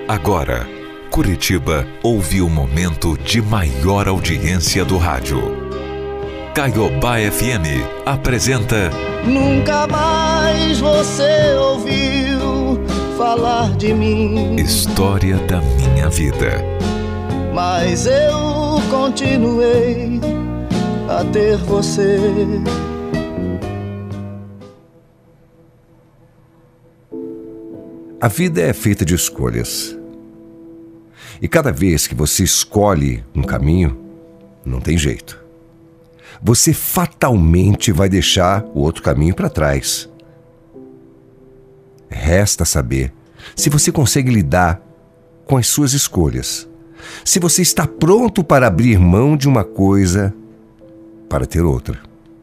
Agora, Curitiba ouve o momento de maior audiência do rádio. Caiobá FM apresenta... Nunca mais você ouviu falar de mim. História da minha vida. Mas eu continuei a ter você. A vida é feita de escolhas. E cada vez que você escolhe um caminho, não tem jeito. Você fatalmente vai deixar o outro caminho para trás. Resta saber se você consegue lidar com as suas escolhas. Se você está pronto para abrir mão de uma coisa para ter outra.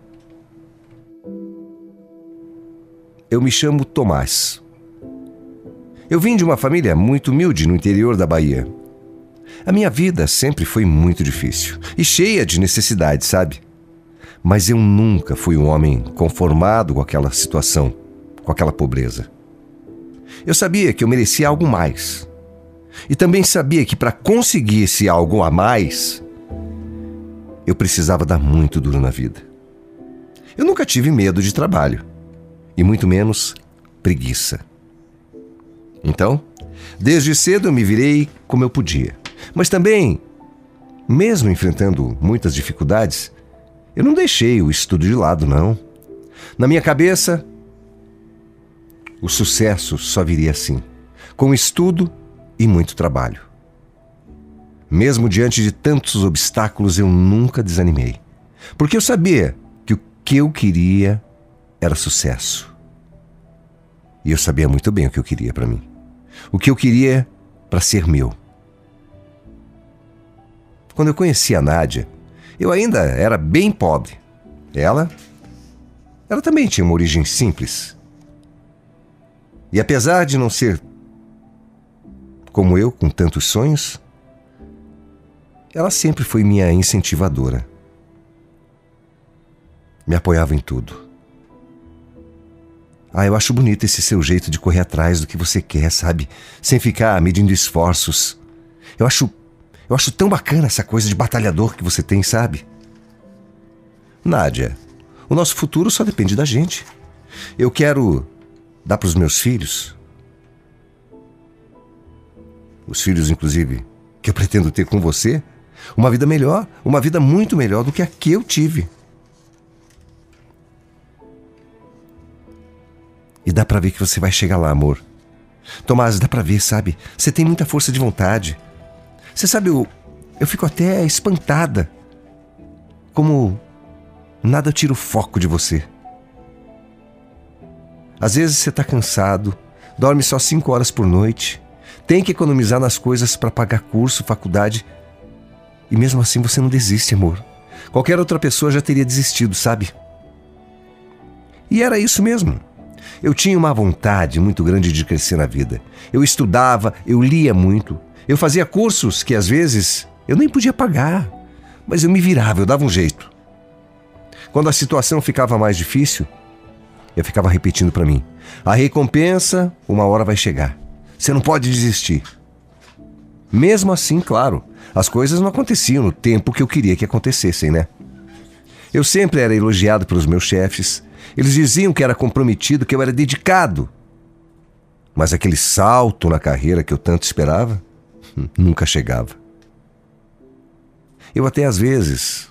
Eu me chamo Tomás. Eu vim de uma família muito humilde no interior da Bahia. A minha vida sempre foi muito difícil e cheia de necessidades, sabe? Mas eu nunca fui um homem conformado com aquela situação, com aquela pobreza. Eu sabia que eu merecia algo mais. E também sabia que para conseguir esse algo a mais, eu precisava dar muito duro na vida. Eu nunca tive medo de trabalho, e muito menos preguiça. Então, desde cedo eu me virei como eu podia. Mas também, mesmo enfrentando muitas dificuldades, eu não deixei o estudo de lado, não. Na minha cabeça, o sucesso só viria assim, com estudo e muito trabalho. Mesmo diante de tantos obstáculos, eu nunca desanimei. Porque eu sabia que o que eu queria era sucesso. E eu sabia muito bem o que eu queria para mim. O que eu queria para ser meu. Quando eu conheci a Nádia, eu ainda era bem pobre. Ela também tinha uma origem simples. E apesar de não ser como eu, com tantos sonhos, ela sempre foi minha incentivadora. Me apoiava em tudo. Eu acho bonito esse seu jeito de correr atrás do que você quer, sabe? Sem ficar medindo esforços. Eu acho tão bacana essa coisa de batalhador que você tem, sabe? Nádia, o nosso futuro só depende da gente. Eu quero dar para os meus filhos, os filhos, inclusive, que eu pretendo ter com você, uma vida melhor, uma vida muito melhor do que a que eu tive. E dá pra ver que você vai chegar lá, amor. Tomás, dá pra ver, sabe? Você tem muita força de vontade. Você sabe, eu fico até espantada. Como nada tira o foco de você. Às vezes você tá cansado, dorme só 5 horas por noite, tem que economizar nas coisas pra pagar curso, faculdade. E mesmo assim você não desiste, amor. Qualquer outra pessoa já teria desistido, sabe? E era isso mesmo. Eu tinha uma vontade muito grande de crescer na vida. Eu estudava, eu lia muito. Eu fazia cursos que às vezes eu nem podia pagar. Mas eu me virava, eu dava um jeito. Quando a situação ficava mais difícil, eu ficava repetindo para mim: a recompensa, uma hora vai chegar. Você não pode desistir. Mesmo assim, claro, as coisas não aconteciam no tempo que eu queria que acontecessem, né? Eu sempre era elogiado pelos meus chefes. Eles diziam que era comprometido, que eu era dedicado. Mas aquele salto na carreira que eu tanto esperava, nunca chegava. Eu às vezes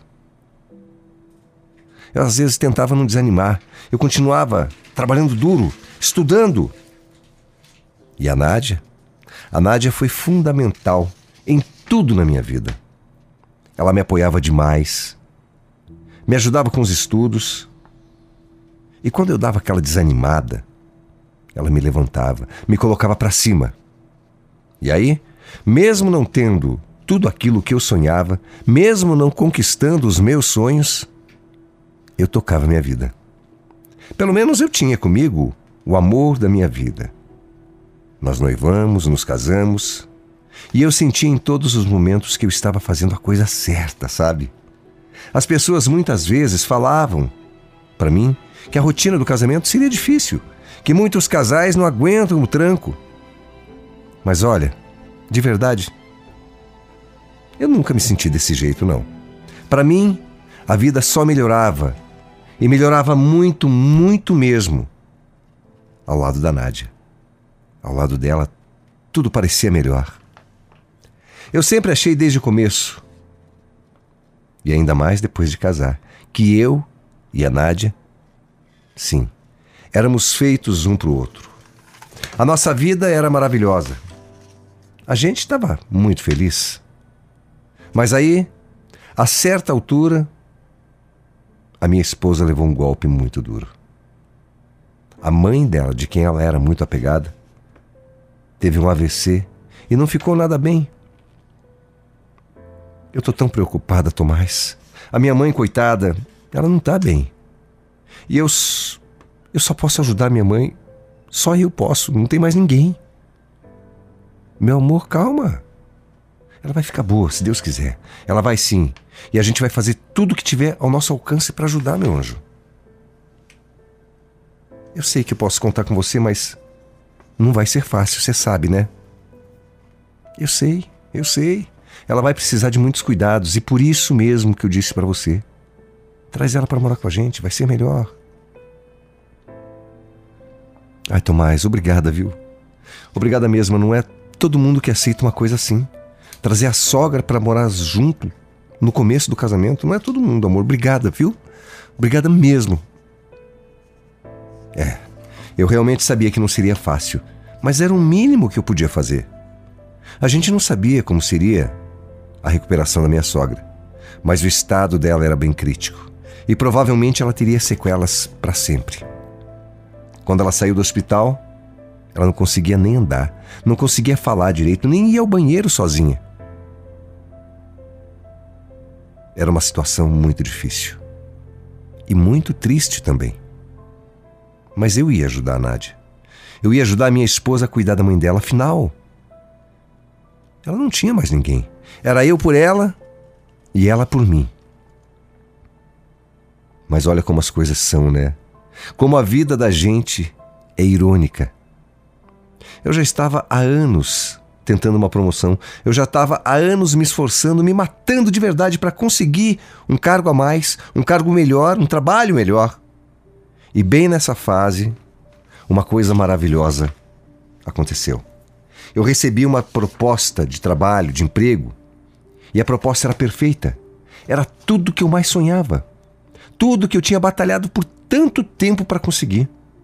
tentava não desanimar. Eu continuava trabalhando duro, estudando. E a Nádia foi fundamental em tudo na minha vida. Ela me apoiava demais, me ajudava com os estudos. E quando eu dava aquela desanimada, ela me levantava, me colocava para cima. E aí, mesmo não tendo tudo aquilo que eu sonhava, mesmo não conquistando os meus sonhos, eu tocava minha vida. Pelo menos eu tinha comigo o amor da minha vida. Nós noivamos, nos casamos, e eu sentia em todos os momentos que eu estava fazendo a coisa certa, sabe? As pessoas muitas vezes falavam para mim que a rotina do casamento seria difícil, que muitos casais não aguentam o tranco. Mas olha, De verdade, eu nunca me senti desse jeito, não. Para mim, a vida só melhorava. E melhorava muito, muito mesmo. Ao lado da Nádia. Ao lado dela, tudo parecia melhor. Eu sempre achei desde o começo, e ainda mais depois de casar, que eu e a Nádia, sim, éramos feitos um para o outro. A nossa vida era maravilhosa. A gente estava muito feliz. Mas aí, a certa altura, a minha esposa levou um golpe muito duro. A mãe dela, de quem ela era muito apegada, teve um AVC e não ficou nada bem. Eu tô tão preocupada, Tomás. A minha mãe, coitada, ela não tá bem. E eu só posso ajudar minha mãe. Só eu posso, não tem mais ninguém. Meu amor, calma. Ela vai ficar boa, se Deus quiser. Ela vai sim. E a gente vai fazer tudo que tiver ao nosso alcance para ajudar, meu anjo. Eu sei que eu posso contar com você, mas não vai ser fácil, você sabe, né? Eu sei. Ela vai precisar de muitos cuidados e por isso mesmo que eu disse para você. Traz ela para morar com a gente, vai ser melhor. Ai, Tomás, obrigada, viu? Obrigada mesmo, não é todo mundo que aceita uma coisa assim. Trazer a sogra para morar junto no começo do casamento, não é todo mundo, amor. Obrigada, viu? Obrigada mesmo. Eu realmente sabia que não seria fácil, mas era o mínimo que eu podia fazer. A gente não sabia como seria a recuperação da minha sogra, mas o estado dela era bem crítico e provavelmente ela teria sequelas para sempre. Quando ela saiu do hospital, ela não conseguia nem andar, não conseguia falar direito, nem ia ao banheiro sozinha. Era uma situação muito difícil e muito triste também. Mas eu ia ajudar a Nádia. Eu ia ajudar a minha esposa a cuidar da mãe dela. Afinal, ela não tinha mais ninguém. Era eu por ela e ela por mim. Mas olha como as coisas são, né? Como a vida da gente é irônica. Eu já estava há anos tentando uma promoção. Eu já estava há anos me esforçando, me matando de verdade para conseguir um cargo a mais, um cargo melhor, um trabalho melhor. E bem nessa fase, uma coisa maravilhosa aconteceu. Eu recebi uma proposta de trabalho, de emprego, e a proposta era perfeita. Era tudo que eu mais sonhava. Tudo que eu tinha batalhado por tanto tempo para conseguir.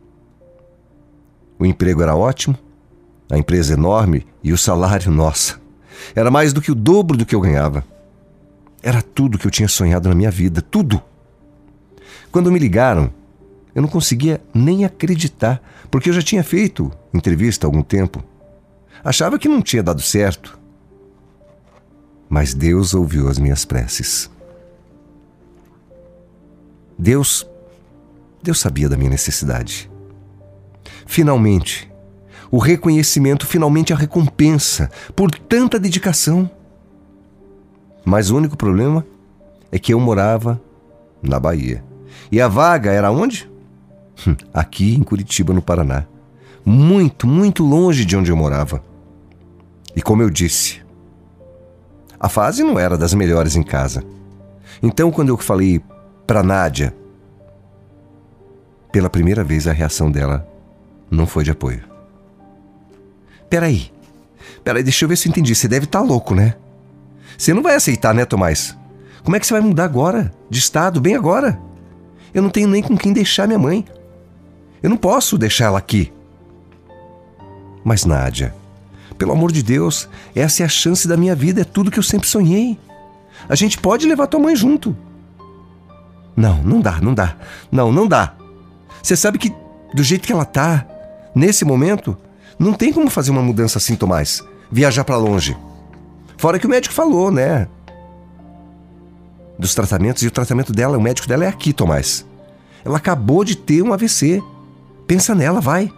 O emprego era ótimo, a empresa enorme e o salário, nossa, era mais do que o dobro do que eu ganhava. Era tudo que eu tinha sonhado na minha vida, tudo. Quando me ligaram, eu não conseguia nem acreditar, porque eu já tinha feito entrevista há algum tempo. Achava que não tinha dado certo. Mas Deus ouviu as minhas preces. Deus sabia da minha necessidade. Finalmente, o reconhecimento, finalmente a recompensa por tanta dedicação. Mas o único problema é que eu morava na Bahia. E a vaga era onde? Aqui em Curitiba, no Paraná. Muito, muito longe de onde eu morava. E como eu disse, a fase não era das melhores em casa. Então, quando eu falei para Nádia, pela primeira vez a reação dela não foi de apoio. Peraí, deixa eu ver se eu entendi. Você deve estar louco, né? Você não vai aceitar, né, Tomás? Como é que você vai mudar agora? De estado, bem agora? Eu não tenho nem com quem deixar minha mãe. Eu não posso deixar ela aqui. Mas Nádia, pelo amor de Deus, essa é a chance da minha vida, é tudo que eu sempre sonhei. A gente pode levar tua mãe junto. Não dá. Não dá. Você sabe que do jeito que ela tá, nesse momento, não tem como fazer uma mudança assim, Tomás. Viajar pra longe. Fora que o médico falou, né? Dos tratamentos, e o tratamento dela, o médico dela é aqui, Tomás. Ela acabou de ter um AVC. Pensa nela, vai.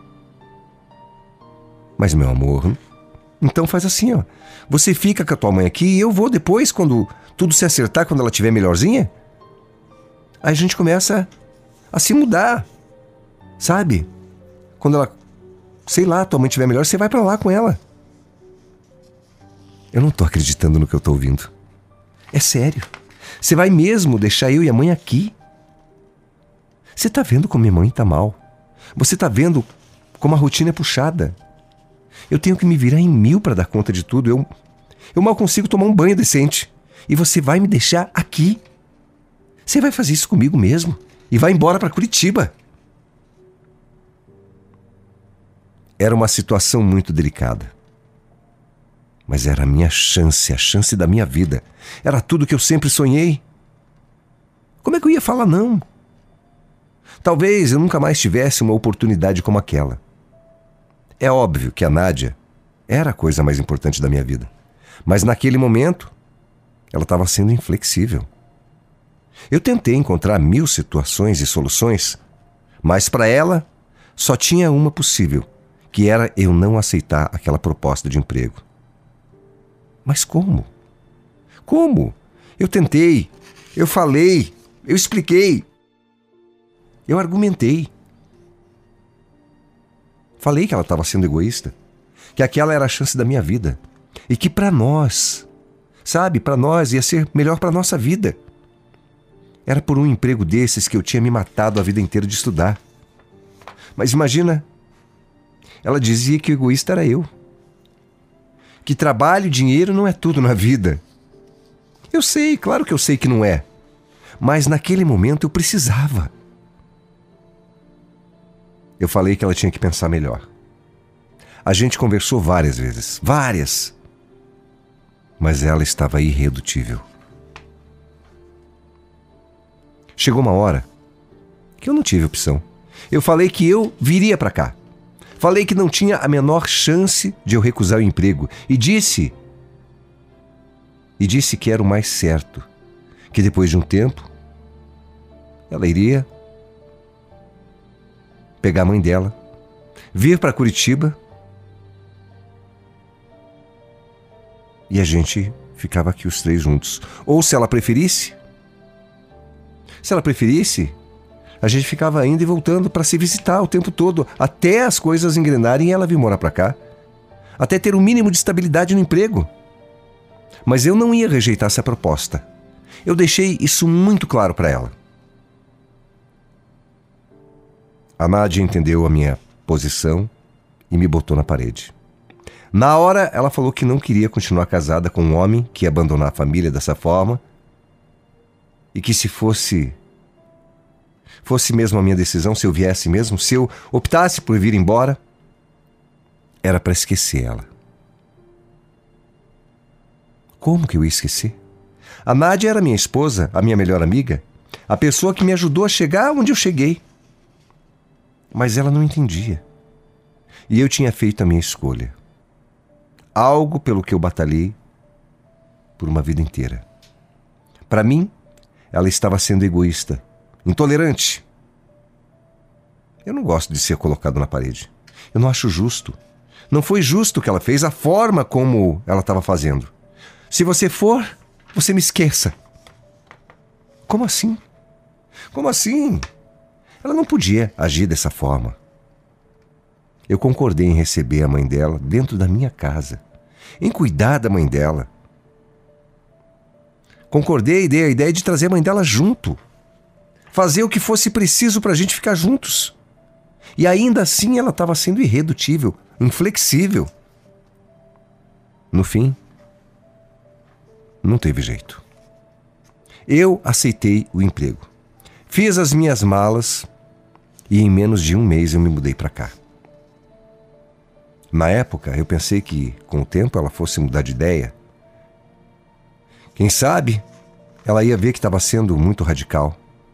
Mas, meu amor, então faz assim, ó. Você fica com a tua mãe aqui e eu vou depois, quando tudo se acertar, quando ela estiver melhorzinha. Aí a gente começa a se mudar, sabe? Quando ela, sei lá, tua mãe estiver melhor, você vai pra lá com ela. Eu não tô acreditando no que eu tô ouvindo. É sério. Você vai mesmo deixar eu e a mãe aqui? Você tá vendo como minha mãe tá mal? Você tá vendo como a rotina é puxada? Eu tenho que me virar em 1000 para dar conta de tudo. Eu mal consigo tomar um banho decente. E você vai me deixar aqui? Você vai fazer isso comigo mesmo? E vai embora para Curitiba? Era uma situação muito delicada. Mas era a minha chance, a chance da minha vida. Era tudo que eu sempre sonhei. Como é que eu ia falar não? Talvez eu nunca mais tivesse uma oportunidade como aquela. É óbvio que a Nádia era a coisa mais importante da minha vida. Mas naquele momento, ela estava sendo inflexível. Eu tentei encontrar 1000 situações e soluções, mas para ela só tinha uma possível, que era eu não aceitar aquela proposta de emprego. Mas como? Como? Eu tentei, eu falei, eu expliquei, eu argumentei. Falei que ela estava sendo egoísta, que aquela era a chance da minha vida e que para nós, sabe, para nós ia ser melhor para nossa vida. Era por um emprego desses que eu tinha me matado a vida inteira de estudar. Mas imagina, ela dizia que o egoísta era eu. Que trabalho e dinheiro não é tudo na vida. Eu sei, claro que eu sei que não é. Mas naquele momento eu precisava. Eu falei que ela tinha que pensar melhor. A gente conversou várias vezes, várias. Mas ela estava irredutível. Chegou uma hora que eu não tive opção. Eu falei que eu viria para cá. Falei que não tinha a menor chance de eu recusar o emprego. E disse que era o mais certo. Que depois de um tempo, ela iria pegar a mãe dela, vir para Curitiba e a gente ficava aqui os 3 juntos. Ou se ela preferisse, a gente ficava indo e voltando para se visitar o tempo todo, até as coisas engrenarem e ela vir morar para cá, até ter um mínimo de estabilidade no emprego. Mas eu não ia rejeitar essa proposta. Eu deixei isso muito claro para ela. A Nádia entendeu a minha posição e me botou na parede. Na hora, ela falou que não queria continuar casada com um homem que ia abandonar a família dessa forma e que se fosse mesmo a minha decisão, se eu viesse mesmo, se eu optasse por vir embora, era para esquecer ela. Como que eu ia esquecer? A Nádia era minha esposa, a minha melhor amiga, a pessoa que me ajudou a chegar onde eu cheguei. Mas ela não entendia. E eu tinha feito a minha escolha. Algo pelo que eu batalhei por uma vida inteira. Para mim, ela estava sendo egoísta, intolerante. Eu não gosto de ser colocado na parede. Eu não acho justo. Não foi justo o que ela fez, a forma como ela estava fazendo. Se você for, você me esqueça. Como assim? Como assim? Ela não podia agir dessa forma. Eu concordei em receber a mãe dela dentro da minha casa, em cuidar da mãe dela. Concordei e dei a ideia de trazer a mãe dela junto. Fazer o que fosse preciso para a gente ficar juntos. E ainda assim ela estava sendo irredutível, inflexível. No fim, não teve jeito. Eu aceitei o emprego. Fiz as minhas malas e em menos de um mês eu me mudei para cá. Na época, eu pensei que, com o tempo, ela fosse mudar de ideia. Quem sabe, ela ia ver que estava sendo muito radical.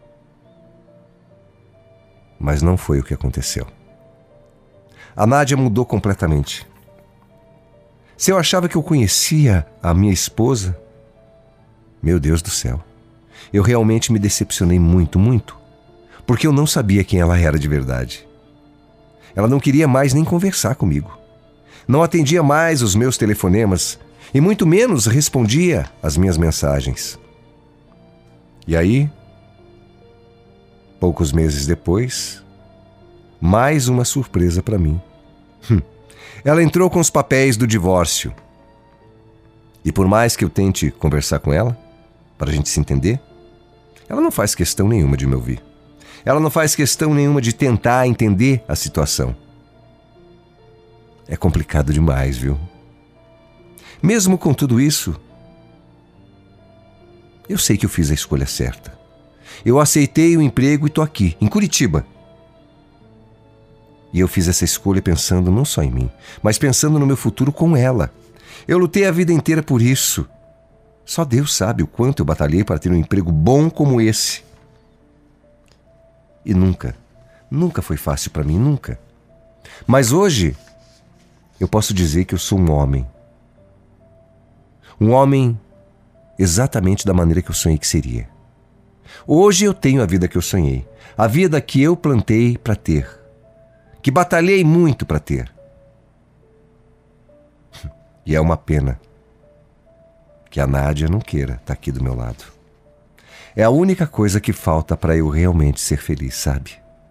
Mas não foi o que aconteceu. A Nádia mudou completamente. Se eu achava que eu conhecia a minha esposa, meu Deus do céu, eu realmente me decepcionei muito, muito, porque eu não sabia quem ela era de verdade. Ela não queria mais nem conversar comigo. Não atendia mais os meus telefonemas e muito menos respondia às minhas mensagens. E aí, poucos meses depois, mais uma surpresa para mim. Ela entrou com os papéis do divórcio. E por mais que eu tente conversar com ela, para a gente se entender, ela não faz questão nenhuma de me ouvir. Ela não faz questão nenhuma de tentar entender a situação. É complicado demais, viu? Mesmo com tudo isso, eu sei que eu fiz a escolha certa. Eu aceitei o emprego e estou aqui, em Curitiba. E eu fiz essa escolha pensando não só em mim, mas pensando no meu futuro com ela. Eu lutei a vida inteira por isso. Só Deus sabe o quanto eu batalhei para ter um emprego bom como esse. E nunca foi fácil para mim, nunca. Mas hoje, eu posso dizer que eu sou um homem. Um homem exatamente da maneira que eu sonhei que seria. Hoje eu tenho a vida que eu sonhei. A vida que eu plantei para ter. Que batalhei muito para ter. E é uma pena que a Nádia não queira estar aqui do meu lado. É a única coisa que falta para eu realmente ser feliz, sabe?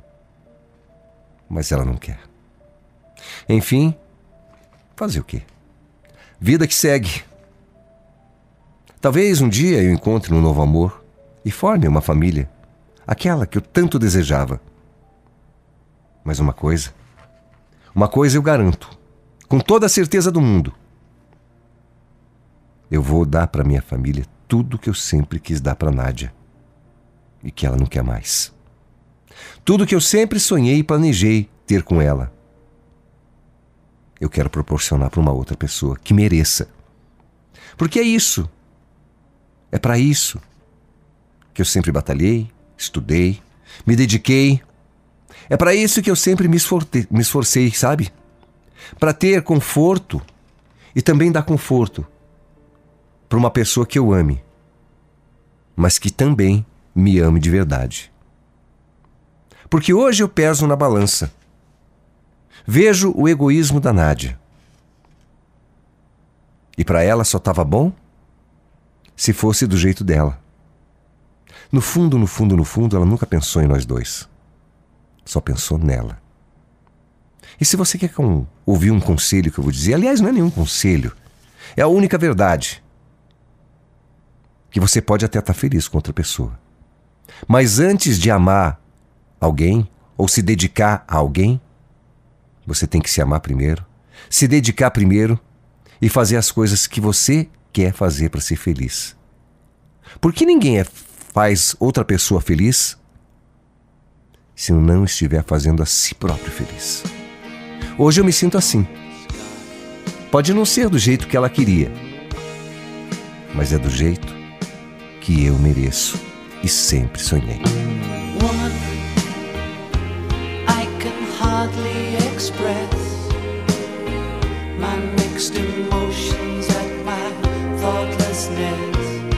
Mas ela não quer. Enfim, fazer o quê? Vida que segue. Talvez um dia eu encontre um novo amor e forme uma família, aquela que eu tanto desejava. Mas uma coisa eu garanto, com toda a certeza do mundo. Eu vou dar para minha família tudo que eu sempre quis dar para Nádia e que ela não quer mais. Tudo que eu sempre sonhei e planejei ter com ela. Eu quero proporcionar para uma outra pessoa que mereça. Porque é isso. É para isso que eu sempre batalhei, estudei, me dediquei. É para isso que eu sempre me esforcei, sabe? Para ter conforto e também dar conforto para uma pessoa que eu ame, mas que também me ame de verdade. Porque hoje eu peso na balança. Vejo o egoísmo da Nádia. E para ela só estava bom se fosse do jeito dela. No fundo, ela nunca pensou em nós dois. Só pensou nela. E se você quer ouvir um conselho que eu vou dizer, aliás, não é nenhum conselho, é a única verdade. Que você pode até estar feliz com outra pessoa. Mas antes de amar alguém ou se dedicar a alguém, você tem que se amar primeiro, se dedicar primeiro e fazer as coisas que você quer fazer para ser feliz. Porque ninguém faz outra pessoa feliz se não estiver fazendo a si próprio feliz. Hoje eu me sinto assim. Pode não ser do jeito que ela queria, mas é do jeito que eu mereço e sempre sonhei. Woman, I can hardly express my mixed emotions at my thoughtlessness.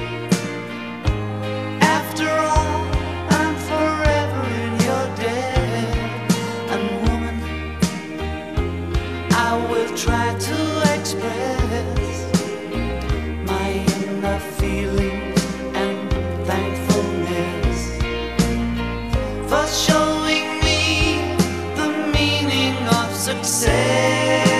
After all, I'm forever in your debt. And woman, I will try to express my inner feelings and thankfulness for showing me the meaning of success.